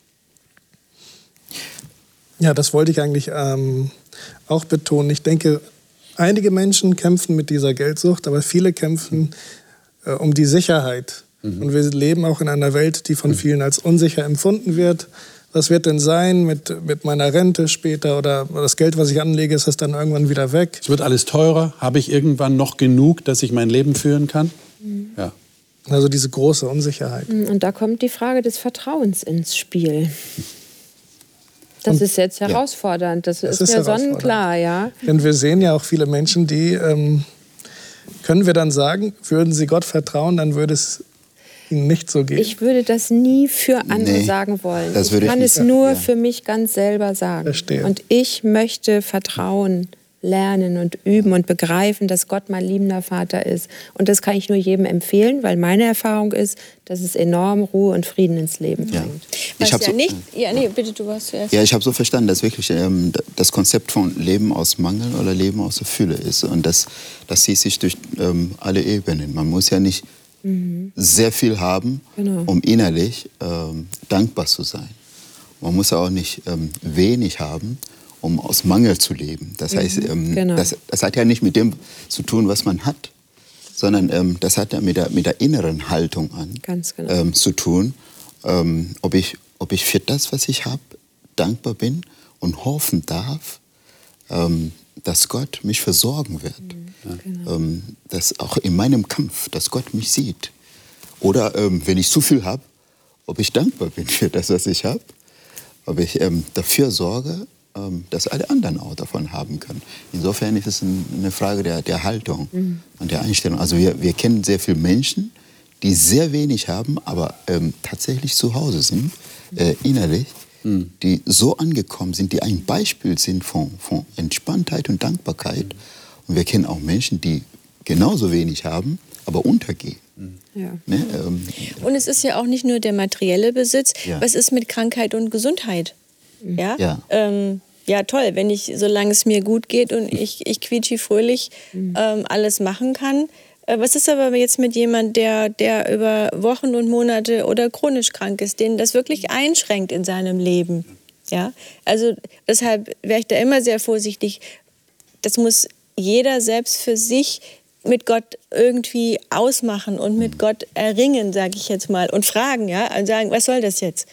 Ja, das wollte ich eigentlich ähm, auch betonen. Ich denke, einige Menschen kämpfen mit dieser Geldsucht, aber viele kämpfen äh, um die Sicherheit. Mhm. Und wir leben auch in einer Welt, die von vielen als unsicher empfunden wird. Was wird denn sein mit, mit meiner Rente später oder das Geld, was ich anlege, ist das dann irgendwann wieder weg? Es wird alles teurer. Habe ich irgendwann noch genug, dass ich mein Leben führen kann? Mhm. Ja. Also diese große Unsicherheit. Und da kommt die Frage des Vertrauens ins Spiel. Das Und, ist jetzt herausfordernd. Das, das ist, ist mir sonnenklar, ja. Denn wir sehen ja auch viele Menschen, die, ähm, können wir dann sagen, würden sie Gott vertrauen, dann würde es ihnen nicht so gehen? Ich würde das nie für andere nee, sagen wollen. Das ich kann ich es nur ja. für mich ganz selber sagen. Verstehe. Und ich möchte Vertrauen lernen und üben und begreifen, dass Gott mein liebender Vater ist. Und das kann ich nur jedem empfehlen, weil meine Erfahrung ist, dass es enorm Ruhe und Frieden ins Leben bringt. Ja. Was ja so, nicht... Ja, nee, bitte, du warst zuerst. Ja, ich habe so verstanden, dass wirklich ähm, das Konzept von Leben aus Mangel oder Leben aus der Fülle ist. Und das, das zieht sich durch ähm, alle Ebenen. Man muss ja nicht mhm. sehr viel haben, genau. um innerlich ähm, dankbar zu sein. Man muss auch nicht ähm, wenig haben, um aus Mangel zu leben. Das heißt, ähm, genau. das, das hat ja nicht mit dem zu tun, was man hat, sondern ähm, das hat ja mit der, mit der inneren Haltung an Ganz genau. ähm, zu tun, ähm, ob, ich, ob ich für das, was ich habe, dankbar bin und hoffen darf, ähm, dass Gott mich versorgen wird. Mhm, genau. ähm, dass auch in meinem Kampf, dass Gott mich sieht. Oder ähm, wenn ich zu viel habe, ob ich dankbar bin für das, was ich habe, ob ich ähm, dafür sorge, ähm, dass alle anderen auch davon haben können. Insofern ist es ein, eine Frage der, der Haltung mhm. und der Einstellung. Also wir, wir kennen sehr viele Menschen, die sehr wenig haben, aber ähm, tatsächlich zu Hause sind, äh, innerlich, mhm. die so angekommen sind, die ein Beispiel sind von, von Entspanntheit und Dankbarkeit. Mhm. Und wir kennen auch Menschen, die genauso wenig haben, aber untergehen. Ja. Ne, ähm, und es ist ja auch nicht nur der materielle Besitz. Ja. Was ist mit Krankheit und Gesundheit? Ja, ja. Ähm, ja toll, wenn ich, solange es mir gut geht und ich, ich quietschi fröhlich mhm. ähm, alles machen kann. Äh, was ist aber jetzt mit jemand, der, der über Wochen und Monate oder chronisch krank ist, den das wirklich einschränkt in seinem Leben? Ja, also deshalb wäre ich da immer sehr vorsichtig. Das muss jeder selbst für sich mit Gott irgendwie ausmachen und mit Gott erringen, sage ich jetzt mal, und fragen, ja, und sagen, was soll das jetzt?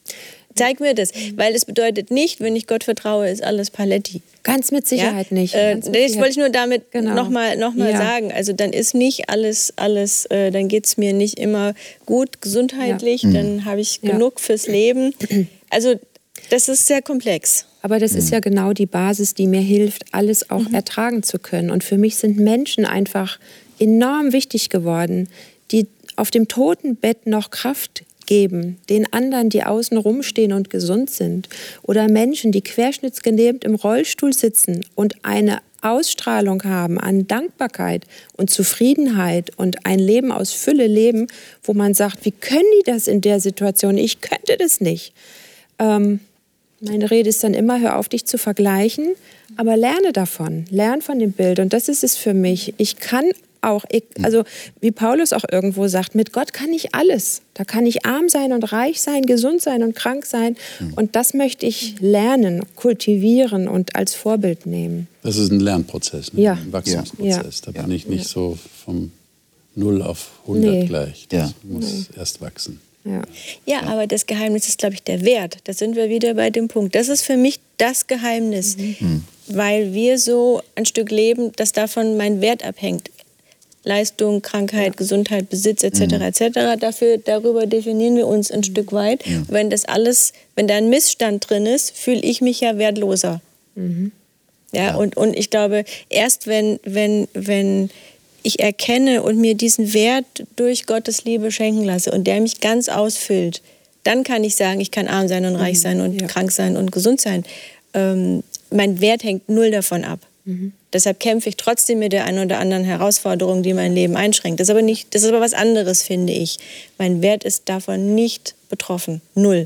Zeig mir das, weil es bedeutet nicht, wenn ich Gott vertraue, ist alles Paletti. Ganz mit Sicherheit ja? nicht. Äh, Ganz das mit Sicherheit. wollte ich nur damit genau. nochmal noch mal ja. sagen. Also dann ist nicht alles, alles äh, dann geht es mir nicht immer gut gesundheitlich, ja. dann habe ich ja. genug fürs Leben. Also das ist sehr komplex. Aber das mhm. ist ja genau die Basis, die mir hilft, alles auch mhm. ertragen zu können. Und für mich sind Menschen einfach enorm wichtig geworden, die auf dem Totenbett noch Kraft geben, den anderen, die außen rumstehen und gesund sind. Oder Menschen, die querschnittsgelähmt im Rollstuhl sitzen und eine Ausstrahlung haben an Dankbarkeit und Zufriedenheit und ein Leben aus Fülle leben, wo man sagt, wie können die das in der Situation? Ich könnte das nicht. Ähm, Meine Rede ist dann immer, hör auf, dich zu vergleichen, aber lerne davon, lern von dem Bild. Und das ist es für mich. Ich kann auch, also wie Paulus auch irgendwo sagt, mit Gott kann ich alles. Da kann ich arm sein und reich sein, gesund sein und krank sein. Und das möchte ich lernen, kultivieren und als Vorbild nehmen. Das ist ein Lernprozess, ne? Ja. Ein Wachstumsprozess. Ja. Da bin ich nicht so vom null auf hundert Nee. gleich. Das Ja. muss Nee. erst wachsen. Ja. Ja, aber das Geheimnis ist, glaube ich, der Wert. Da sind wir wieder bei dem Punkt. Das ist für mich das Geheimnis, mhm. weil wir so ein Stück leben, dass davon mein Wert abhängt. Leistung, Krankheit, ja. Gesundheit, Besitz et cetera et cetera. Dafür, darüber definieren wir uns ein Stück weit. Ja. Wenn das alles, wenn da ein Missstand drin ist, fühle ich mich ja wertloser. Mhm. Ja, ja. Und, und ich glaube, erst wenn, wenn, wenn ich erkenne und mir diesen Wert durch Gottes Liebe schenken lasse und der mich ganz ausfüllt, dann kann ich sagen, ich kann arm sein und reich sein und ja. krank sein und gesund sein. Ähm, mein Wert hängt null davon ab. Mhm. Deshalb kämpfe ich trotzdem mit der einen oder anderen Herausforderung, die mein Leben einschränkt. Das ist aber, nicht, das ist aber was anderes, finde ich. Mein Wert ist davon nicht betroffen. Null.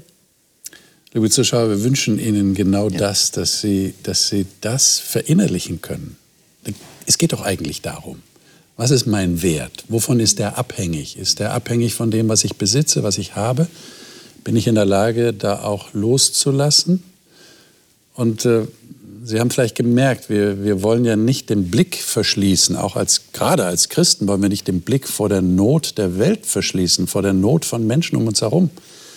Liebe Zuschauer, wir wünschen Ihnen genau ja. das, dass Sie, dass Sie das verinnerlichen können. Es geht doch eigentlich darum. Was ist mein Wert? Wovon ist der abhängig? Ist der abhängig von dem, was ich besitze, was ich habe? Bin ich in der Lage, da auch loszulassen? Und äh, Sie haben vielleicht gemerkt, wir, wir wollen ja nicht den Blick verschließen, auch als, gerade als Christen wollen wir nicht den Blick vor der Not der Welt verschließen, vor der Not von Menschen um uns herum.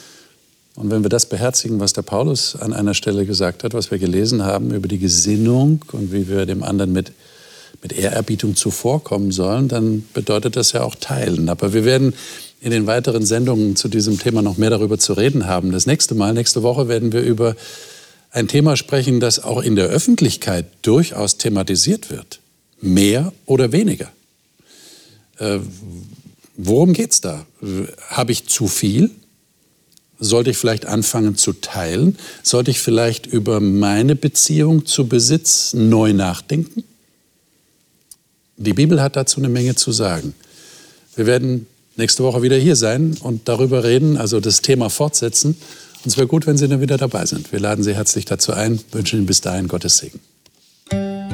Und wenn wir das beherzigen, was der Paulus an einer Stelle gesagt hat, was wir gelesen haben über die Gesinnung und wie wir dem anderen mit mit Ehrerbietung zuvorkommen sollen, dann bedeutet das ja auch teilen. Aber wir werden in den weiteren Sendungen zu diesem Thema noch mehr darüber zu reden haben. Das nächste Mal, nächste Woche werden wir über ein Thema sprechen, das auch in der Öffentlichkeit durchaus thematisiert wird. Mehr oder weniger. Äh, worum geht's da? Habe ich zu viel? Sollte ich vielleicht anfangen zu teilen? Sollte ich vielleicht über meine Beziehung zu Besitz neu nachdenken? Die Bibel hat dazu eine Menge zu sagen. Wir werden nächste Woche wieder hier sein und darüber reden, also das Thema fortsetzen. Und es wäre gut, wenn Sie dann wieder dabei sind. Wir laden Sie herzlich dazu ein, wünschen Ihnen bis dahin Gottes Segen.